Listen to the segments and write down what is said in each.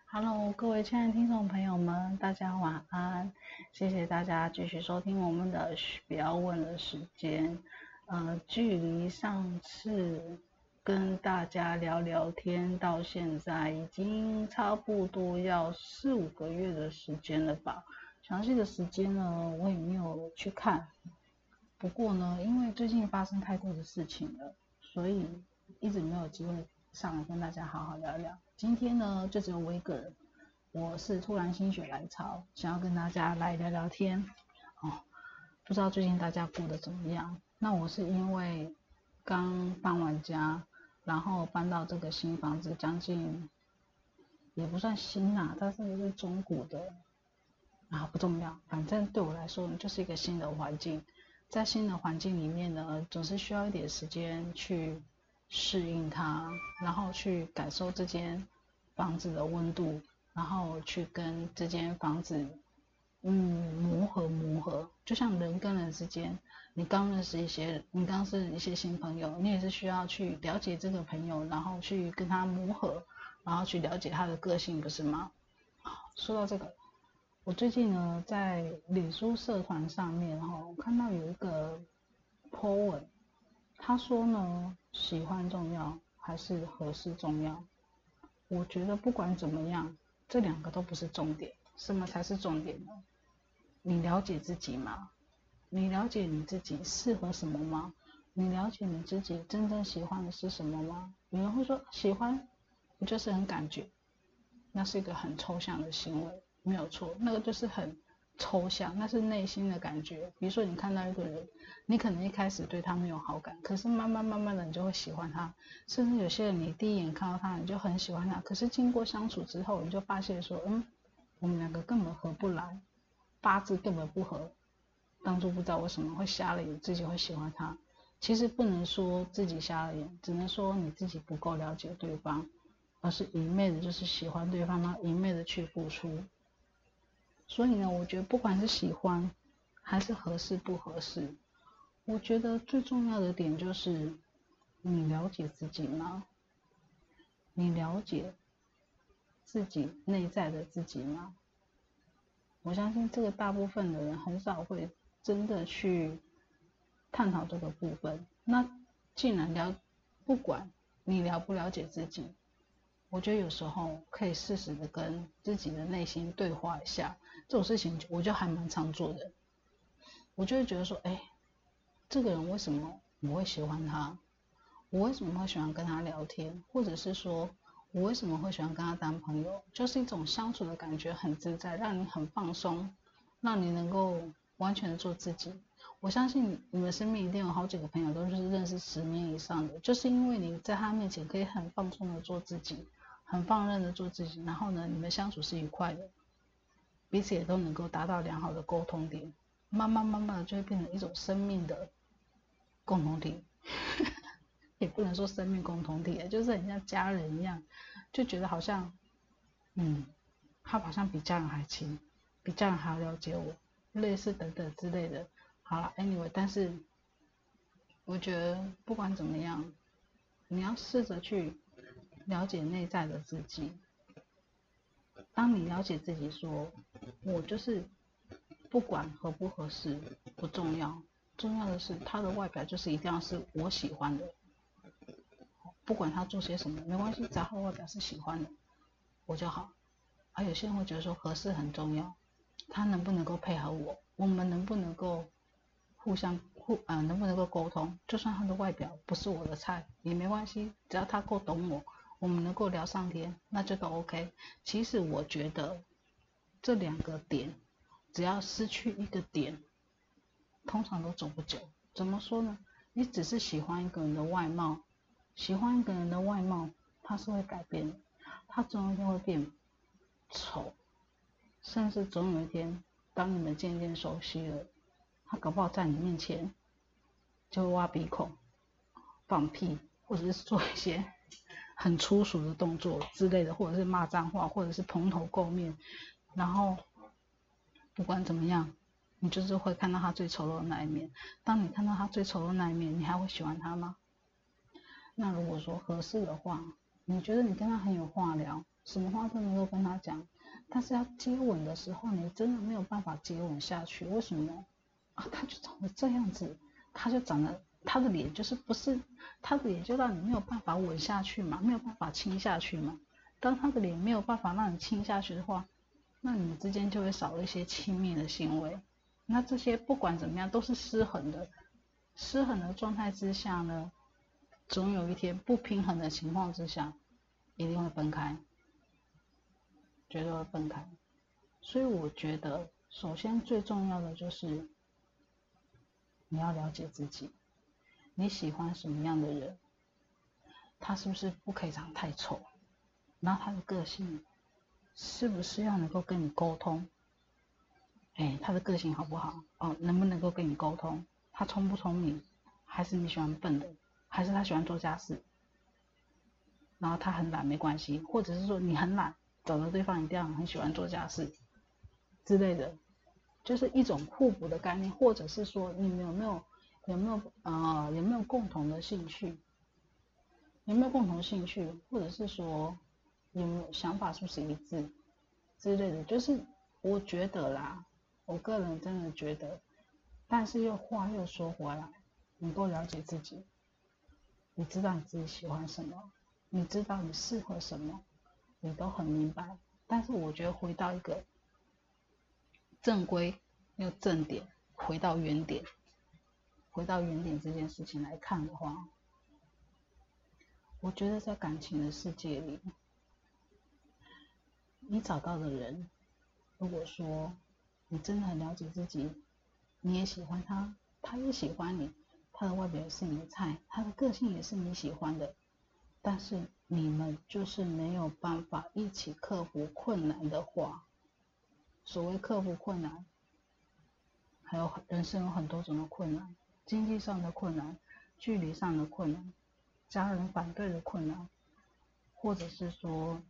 Hello，各位亲爱的听众朋友们，大家晚安！谢谢大家继续收听我们的嘘不要问的时间。距离上次跟大家聊聊天到现在，已经差不多要4、5个月的时间了吧？详细的时间呢，我也没有去看。不过呢，因为最近发生太多的事情了，所以一直没有机会上来跟大家好好聊聊。今天呢，就只有我一个人，我是突然心血来潮，想要跟大家来聊聊天。不知道最近大家过得怎么样？那我是因为刚搬完家，然后搬到这个新房子，将近也不算新啦，但是是中古的。不重要，反正对我来说就是一个新的环境。在新的环境里面呢，总是需要一点时间去适应它，然后去感受这间房子的温度，然后去跟这间房子磨合。就像人跟人之间，你刚认识一些，你刚是一些新朋友，你也是需要去了解这个朋友，然后去跟他磨合，然后去了解他的个性，不是吗？说到这个，我最近呢在脸书社团上面我看到有一个 po 文，他说呢，喜欢重要还是合适重要？我觉得不管怎么样，这两个都不是重点。什么才是重点呢？你了解自己吗？你了解你自己适合什么吗？你了解你自己真正喜欢的是什么吗？有人会说喜欢不就是很感觉，那是一个很抽象的行为，没有错，那个就是很抽象，那是内心的感觉。比如说你看到一个人，你可能一开始对他没有好感，可是慢慢的你就会喜欢他，甚至有些人你第一眼看到他你就很喜欢他，可是经过相处之后，你就发现说，我们两个根本合不来，八字根本不合，当初不知道为什么会瞎了眼，自己会喜欢他。其实不能说自己瞎了眼，只能说你自己不够了解对方，而是一昧的就是喜欢对方，然后一昧的去付出。所以呢，我觉得不管是喜欢还是合适不合适，我觉得最重要的点就是你了解自己吗？你了解自己内在的自己吗？我相信这个大部分的人很少会真的去探讨这个部分。那既然不管你了不了解自己，我觉得有时候可以适时的跟自己的内心对话一下，这种事情我就还蛮常做的。我就会觉得说，这个人为什么我会喜欢他？我为什么会喜欢跟他聊天？或者是说我为什么会喜欢跟他当朋友？就是一种相处的感觉很自在，让你很放松，让你能够完全的做自己。我相信你们身边一定有好几个朋友都是认识10年以上的，就是因为你在他面前可以很放松的做自己，很放任的做自己，然后呢，你们相处是愉快的，彼此也都能够达到良好的沟通点，慢慢的就会变成一种生命的共同体。也不能说生命共同体，就是很像家人一样，就觉得好像，他好像比家人还亲，比家人还要了解我，类似等等之类的。好了，anyway，但是我觉得不管怎么样，你要试着去了解内在的自己。当你了解自己说，我就是不管合不合适不重要，重要的是他的外表就是一定要是我喜欢的。不管他做些什么没关系，只要他外表是喜欢的我就好。有些人会觉得说合适很重要，他能不能够配合我，我们能不能够能不能够沟通，就算他的外表不是我的菜也没关系，只要他够懂我，我们能够聊上天，那就都 OK。 其实我觉得这两个点只要失去一个点，通常都走不久。怎么说呢？你只是喜欢一个人的外貌，喜欢一个人的外貌，他是会改变的，他总有一天会变丑，甚至总有一天，当你们渐渐熟悉了，他搞不好在你面前就会挖鼻孔、放屁，或者是做一些很粗俗的动作之类的，或者是骂脏话，或者是蓬头垢面。然后不管怎么样，你就是会看到他最丑陋的那一面。当你看到他最丑陋的那一面，你还会喜欢他吗？那如果说合适的话，你觉得你跟他很有话聊， 什么话都能够跟他讲，但是要接吻的时候，你真的没有办法接吻下去。为什么啊？他就长得这样子，他的脸就是不是他的脸，就让你没有办法吻下去嘛，没有办法亲下去嘛。当他的脸没有办法让你亲下去的话，那你们之间就会少了一些亲密的行为。那这些不管怎么样都是失衡的，失衡的状态之下呢，总有一天不平衡的情况之下，一定会分开，绝对会分开。所以我觉得，首先最重要的就是你要了解自己，你喜欢什么样的人，他是不是不可以长太丑，然后他的个性是不是要能够跟你沟通，他的个性好不好，能不能够跟你沟通，他聪不聪明，还是你喜欢笨的，还是他喜欢做家事，然后他很懒没关系，或者是说你很懒，找到对方一定要很喜欢做家事之类的，就是一种互补的概念，或者是说你们有没有共同的兴趣，或者是说有没有想法是不是一致之类的，就是我觉得啦，我个人真的觉得，但是话又说回来，能够了解自己，你知道你自己喜欢什么，你知道你适合什么，你都很明白。但是我觉得回到一个正规又正点，回到原点这件事情来看的话，我觉得在感情的世界里，你找到的人，如果说你真的很了解自己，你也喜欢他，他也喜欢你，他的外表也是你的菜，他的个性也是你喜欢的，但是你们就是没有办法一起克服困难的话，所谓克服困难，还有人生有很多种的困难，经济上的困难，距离上的困难，家人反对的困难，或者是说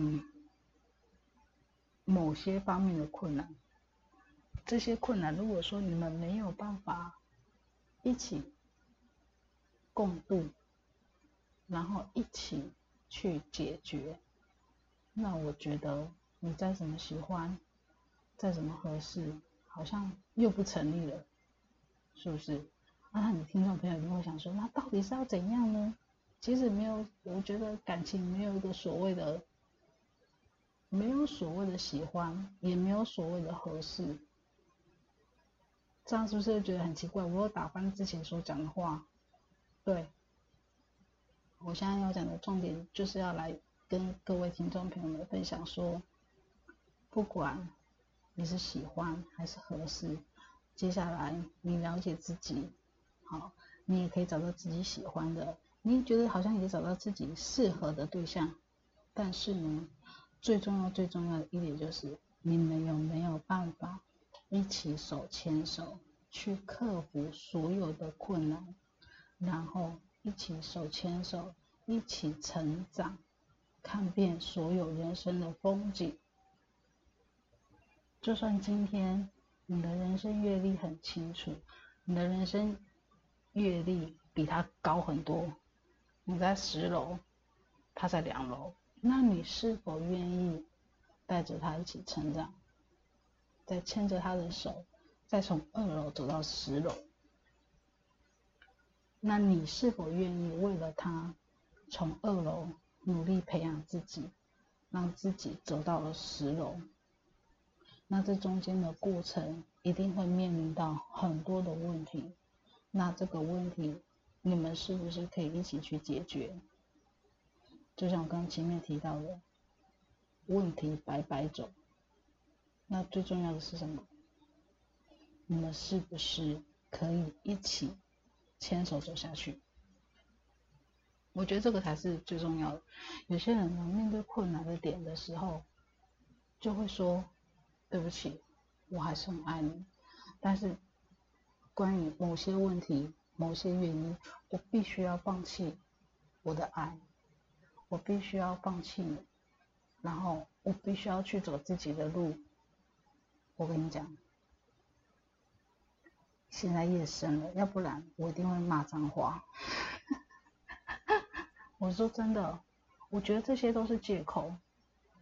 某些方面的困难，这些困难如果说你们没有办法一起共度，然后一起去解决，那我觉得你再怎么喜欢，再怎么合适，好像又不成立了，是不是？那你听众朋友一定会想说，那到底是要怎样呢？其实没有，我觉得感情没有一个所谓的，没有所谓的喜欢，也没有所谓的合适。这样是不是觉得很奇怪？我有打翻之前所讲的话。对，我现在要讲的重点就是要来跟各位听众朋友们分享说，不管你是喜欢还是合适，接下来你了解自己，好，你也可以找到自己喜欢的，你也觉得好像也找到自己适合的对象，但是呢，最重要的一点就是你们有没有办法一起手牵手去克服所有的困难，然后一起手牵手一起成长，看遍所有人生的风景。就算今天你的人生阅历很清楚，你的人生阅历比他高很多，你在10楼，他在2楼，那你是否愿意带着他一起成长，再牵着他的手，再从2楼走到10楼？那你是否愿意为了他从2楼努力培养自己，让自己走到了10楼？那这中间的过程一定会面临到很多的问题，那这个问题你们是不是可以一起去解决？就像我刚前面提到的，问题百百种，那最重要的是什么？你们是不是可以一起牵手走下去？我觉得这个才是最重要的。有些人呢，面对困难的点的时候，就会说对不起，我还是很爱你，但是关于某些问题、某些原因，我必须要放弃我的爱，我必须要放弃你，然后我必须要去走自己的路。我跟你讲，现在夜深了，要不然我一定会骂脏话。我说真的，我觉得这些都是借口。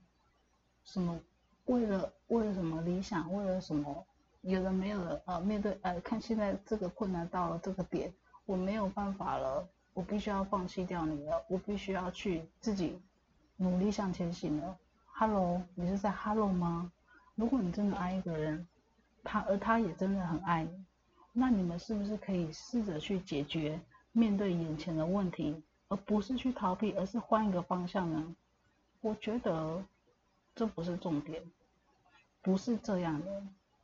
什么为了什么理想，为了什么有的没有的面对看现在这个困难到了这个点，我没有办法了，我必须要放弃掉你了，我必须要去自己努力向前行了。Hello， 你是在 Hello 吗？如果你真的爱一个人，他也真的很爱你，那你们是不是可以试着去解决面对眼前的问题，而不是去逃避，而是换一个方向呢？我觉得这不是重点，不是这样的。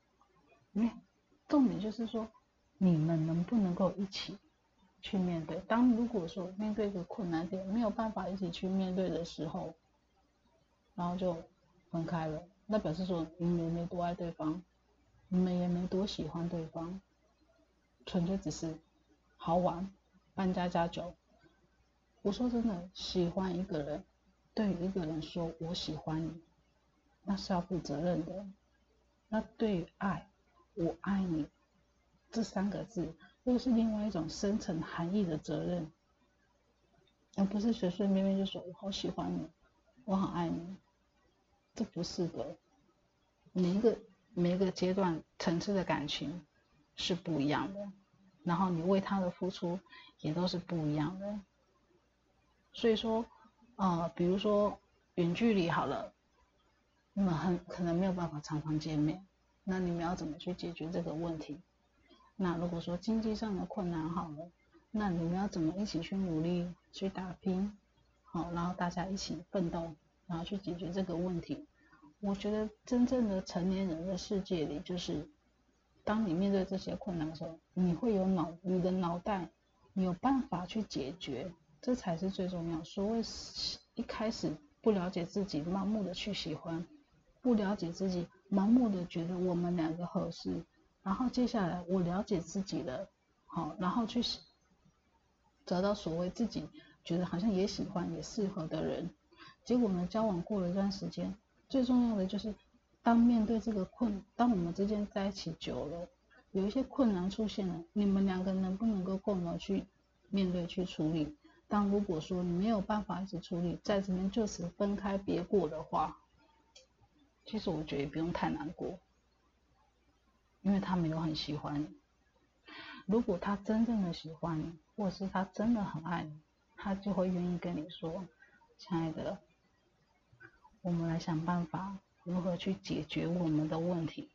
重点就是说，你们能不能够一起去面对？如果说面对一个困难点没有办法一起去面对的时候，然后就分开了，那表示说你们也没多爱对方，你们也没多喜欢对方，纯粹只是好玩，扮家家酒。我说真的，喜欢一个人，对于一个人说我喜欢你，那是要负责任的。那对于爱，我爱你这3个字，又是另外一种深层含义的责任，而不是随随便便就说我好喜欢你，我好爱你，这不是的。每一个阶段层次的感情是不一样的，然后你为他的付出也都是不一样的。所以说比如说远距离好了，你们可能没有办法常常见面，那你们要怎么去解决这个问题？那如果说经济上的困难好了，那你们要怎么一起去努力去打拼，好，然后大家一起奋斗，然后去解决这个问题。我觉得真正的成年人的世界里，就是当你面对这些困难的时候，你的脑袋你有办法去解决，这才是最重要。所谓一开始不了解自己，盲目的去喜欢，不了解自己，盲目的觉得我们2个合适，然后接下来我了解自己了，好，然后去找到所谓自己觉得好像也喜欢也适合的人，结果呢，交往过了一段时间，最重要的就是当面对这个当我们之间在一起久了，有一些困难出现了，你们2个能不能够共同去面对去处理？如果说你没有办法一起处理，在这边就此分开别过的话，其实我觉得也不用太难过，因为他没有很喜欢你。如果他真正的喜欢你，或是他真的很爱你，他就会愿意跟你说，亲爱的，我们来想办法如何去解决我们的问题。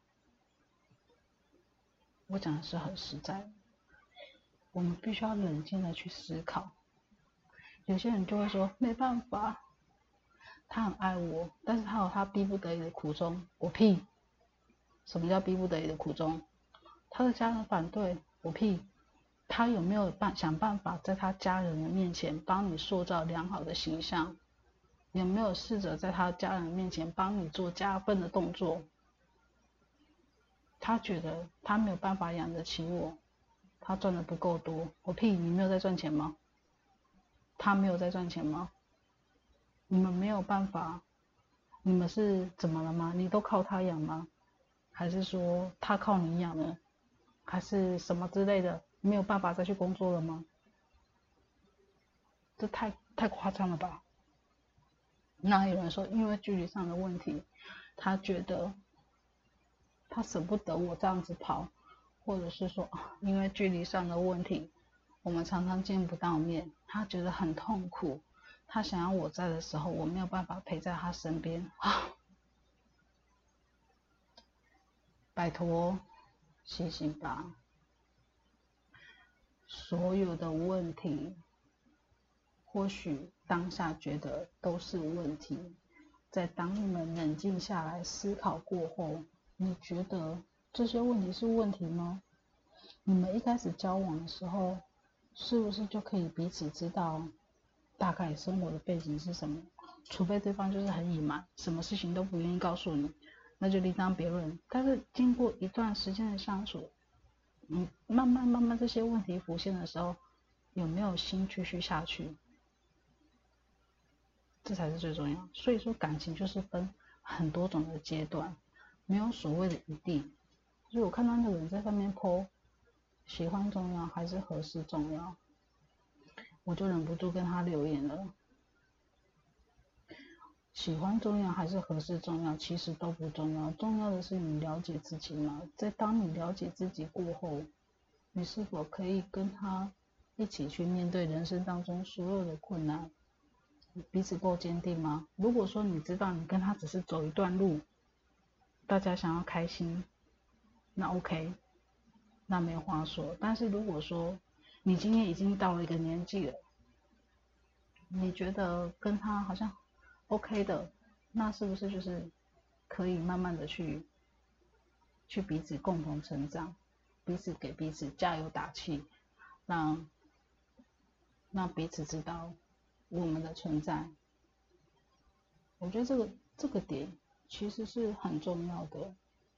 我讲的是很实在的，我们必须要冷静的去思考。有些人就会说没办法，他很爱我，但是他有他逼不得已的苦衷。我屁！什么叫逼不得已的苦衷？他的家人反对，我屁！他有没有想办法在他家人的面前帮你塑造良好的形象？有没有试着在他家人面前帮你做加分的动作？他觉得他没有办法养得起我，他赚的不够多。我屁！你没有在赚钱吗？他没有在赚钱吗？你们没有办法，你们是怎么了吗？你都靠他养吗？还是说他靠你养呢？还是什么之类的？没有办法再去工作了吗？这太夸张了吧？那有人说因为距离上的问题，他觉得他舍不得我这样子跑，或者是说因为距离上的问题，我们常常见不到面，他觉得很痛苦，他想要我在的时候，我没有办法陪在他身边拜托，醒醒吧！所有的问题，或许当下觉得都是问题，在当你们冷静下来思考过后，你觉得这些问题是问题吗？你们一开始交往的时候，是不是就可以彼此知道大概生活的背景是什么？除非对方就是很隐瞒，什么事情都不愿意告诉你，那就另当别论。但是经过一段时间的相处，慢慢这些问题浮现的时候，有没有心继续下去？这才是最重要。所以说感情就是分很多种的阶段，没有所谓的一定。所以我看到那个人在上面 po 喜欢重要还是合适重要，我就忍不住跟他留言了。 喜欢重要还是合适重要，其实都不重要，重要的是你了解自己嘛。在当你了解自己过后，你是否可以跟他一起去面对人生当中所有的困难，彼此够坚定吗？如果说你知道你跟他只是走一段路，大家想要开心，那 OK， 那没话说。但是如果说你今天已经到了一个年纪了，你觉得跟他好像 OK 的，那是不是就是可以慢慢的去彼此共同成长，彼此给彼此加油打气，让彼此知道我们的存在。我觉得这个点其实是很重要的，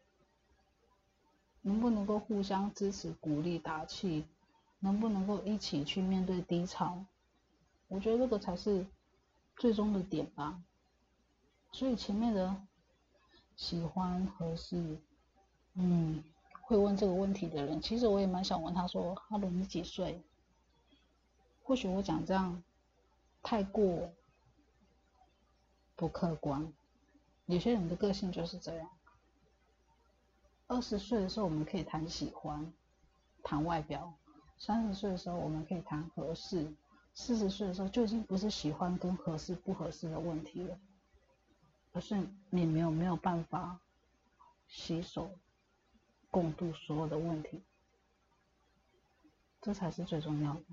能不能够互相支持、鼓励、打气，能不能够一起去面对低潮，我觉得这个才是最终的点吧。所以前面的喜欢合适，会问这个问题的人，其实我也蛮想问他说，哈鲁你几岁？或许我讲这样太过不客观，有些人的个性就是这样。20岁的时候我们可以谈喜欢，谈外表；30岁的时候我们可以谈合适；40岁的时候就已经不是喜欢跟合适不合适的问题了，而是你没有办法携手共度所有的问题，这才是最重要的。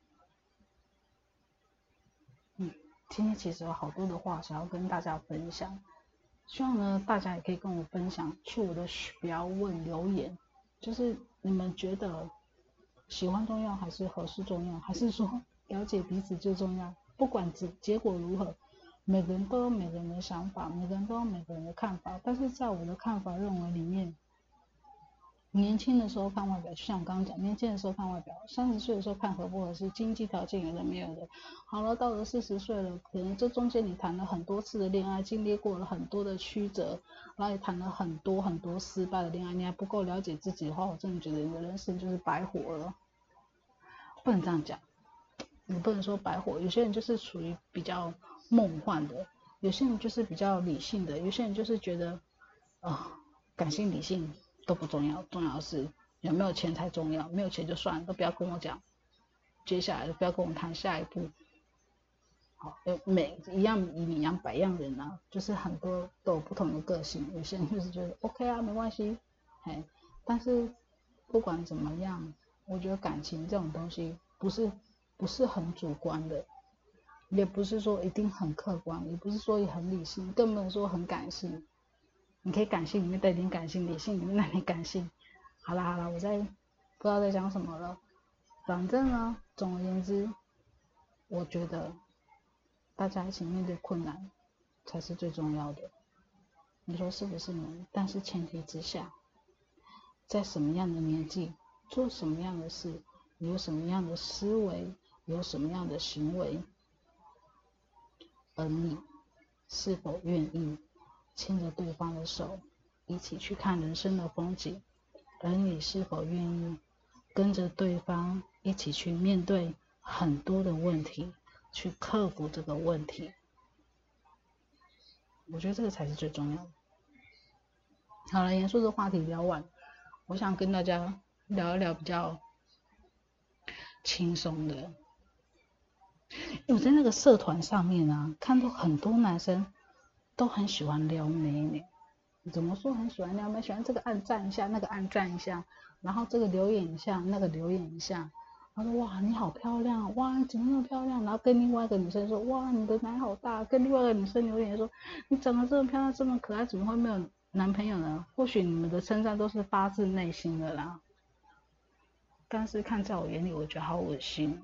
今天其实有好多的话想要跟大家分享，希望呢大家也可以跟我分享，去我的不要问留言，就是你们觉得喜欢重要还是合适重要，还是说了解彼此最重要？不管结果如何，每个人都有每个人的想法，每个人都有每个人的看法，但是在我的看法认为里面，年轻的时候看外表，就像我刚刚讲，年轻的时候看外表，30岁的时候看合不合适，经济条件有的没有的。好了，到了40岁了，可能这中间你谈了很多次的恋爱，经历过了很多的曲折，然后也谈了很多失败的恋爱，你还不够了解自己的话，我真的觉得你的人生就是白活了。不能这样讲，你不能说白活，有些人就是属于比较梦幻的，有些人就是比较理性的，有些人就是觉得感性理性都不重要，重要的是有没有钱才重要，没有钱就算了，都不要跟我讲接下来，不要跟我谈下一步。好，每一样米一样百样人啊，就是很多都有不同的个性，有些人就是觉得 OK 啊，没关系，但是不管怎么样，我觉得感情这种东西不是很主观的，也不是说一定很客观，也不是说也很理性，更不能说很感性。你可以感性里面带点感性，理性里面带点感性。好啦，我不知道在讲什么了。反正呢，总而言之，我觉得大家一起面对困难才是最重要的。你说是不是呢？但是前提之下，在什么样的年纪做什么样的事，有什么样的思维，有什么样的行为，而你是否愿意牵着对方的手一起去看人生的风景，而你是否愿意跟着对方一起去面对很多的问题，去克服这个问题，我觉得这个才是最重要的。好了，严肃的话题聊完，我想跟大家聊一聊比较轻松的。我在那个社团上面啊，看到很多男生都很喜欢撩妹呢。怎么说很喜欢撩妹？喜欢这个按赞一下，那个按赞一下，然后这个留言一下，那个留言一下。他说哇你好漂亮，哇你怎么那么漂亮？然后跟另外一个女生说哇你的奶好大，跟另外一个女生留言说你长得这么漂亮这么可爱，怎么会没有男朋友呢？或许你们的称赞都是发自内心的啦，但是看在我眼里，我觉得好恶心。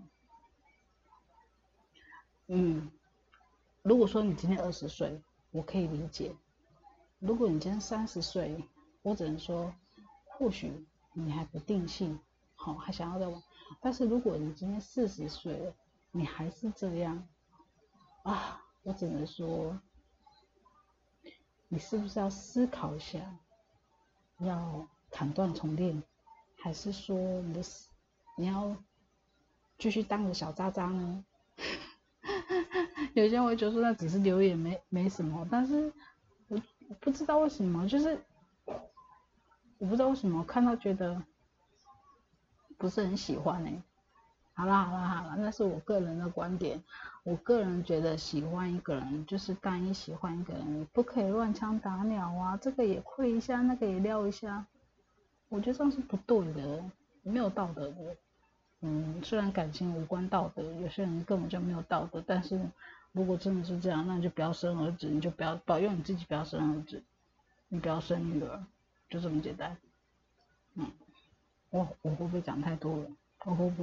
如果说你今天20岁，我可以理解；如果你今天30岁，我只能说，或许你还不定性，还想要再玩。但是如果你今天40岁了，你还是这样啊，我只能说，你是不是要思考一下，要砍断重练，还是说你要继续当个小渣渣呢？ 有些人会觉得说那只是留言没什么，但是我不知道为什么，就是我不知道为什么看到觉得不是很喜欢好啦，那是我个人的观点。我个人觉得喜欢一个人就是单一喜欢一个人，不可以乱枪打鸟啊，这个也会一下，那个也撩一下，我觉得这样是不对的，没有道德的。虽然感情无关道德，有些人根本就没有道德，但是如果真的是这样，那你就不要生儿子，你就不要保佑你自己不要生儿子，你不要生女儿，就这么简单。我会不会讲太多了？我会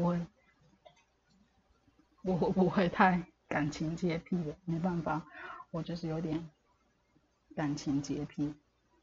不会太感情洁癖了？没办法，我就是有点感情洁癖。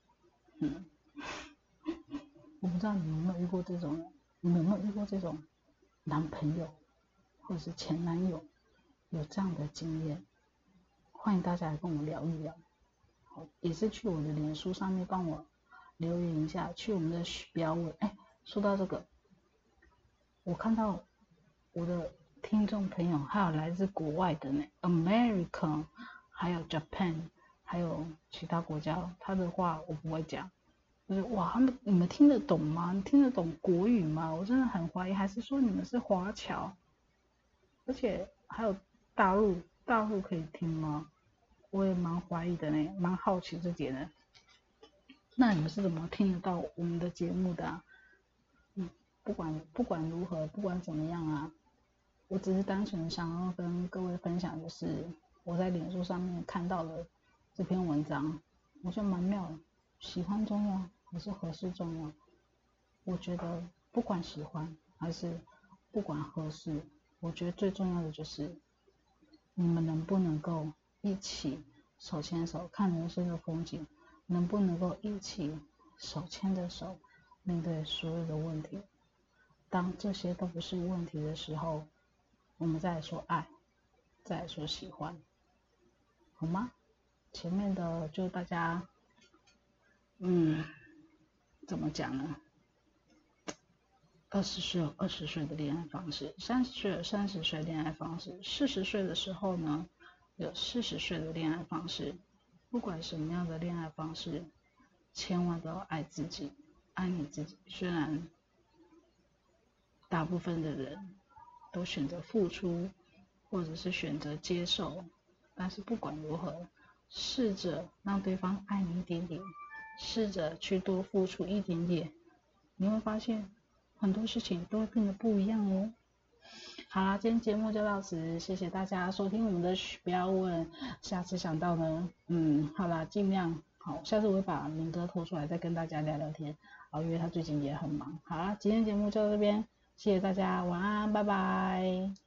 我不知道你们有没有遇过这种人，你们有没有遇过这种男朋友或者是前男友有这样的经验？欢迎大家来跟我聊一聊，也是去我的脸书上面帮我留言一下，去我们的标文。说到这个，我看到我的听众朋友还有来自国外的呢 ，American， 还有 Japan， 还有其他国家，他的话我不会讲。就是哇，你们听得懂吗？你听得懂国语吗？我真的很怀疑，还是说你们是华侨？而且还有大陆可以听吗？我也蛮怀疑的呢，蛮好奇这点的。那你们是怎么听得到我们的节目的啊？不管如何，不管怎么样啊，我只是单纯想要跟各位分享，就是我在脸书上面看到了这篇文章，我觉得蛮妙的。喜欢重要还是合适重要？我觉得不管喜欢还是不管合适，我觉得最重要的就是你们能不能够一起手牵手看人生的风景，能不能够一起手牵着手面对所有的问题。当这些都不是问题的时候，我们再来说爱，再来说喜欢，好吗？前面的就大家怎么讲呢？20岁有20岁的恋爱方式，30岁有30岁的恋爱方式，40岁的时候呢，有40岁的恋爱方式。不管什么样的恋爱方式，千万都要爱自己，爱你自己。虽然大部分的人都选择付出，或者是选择接受，但是不管如何，试着让对方爱你一点点，试着去多付出一点点，你会发现很多事情都会变得不一样哦。好啦，今天节目就到此，谢谢大家收听我们的不要问，下次想到呢，好啦，尽量好，下次我会把明哥拖出来再跟大家聊聊天，因为他最近也很忙。好啦，今天节目就到这边，谢谢大家，晚安，拜拜。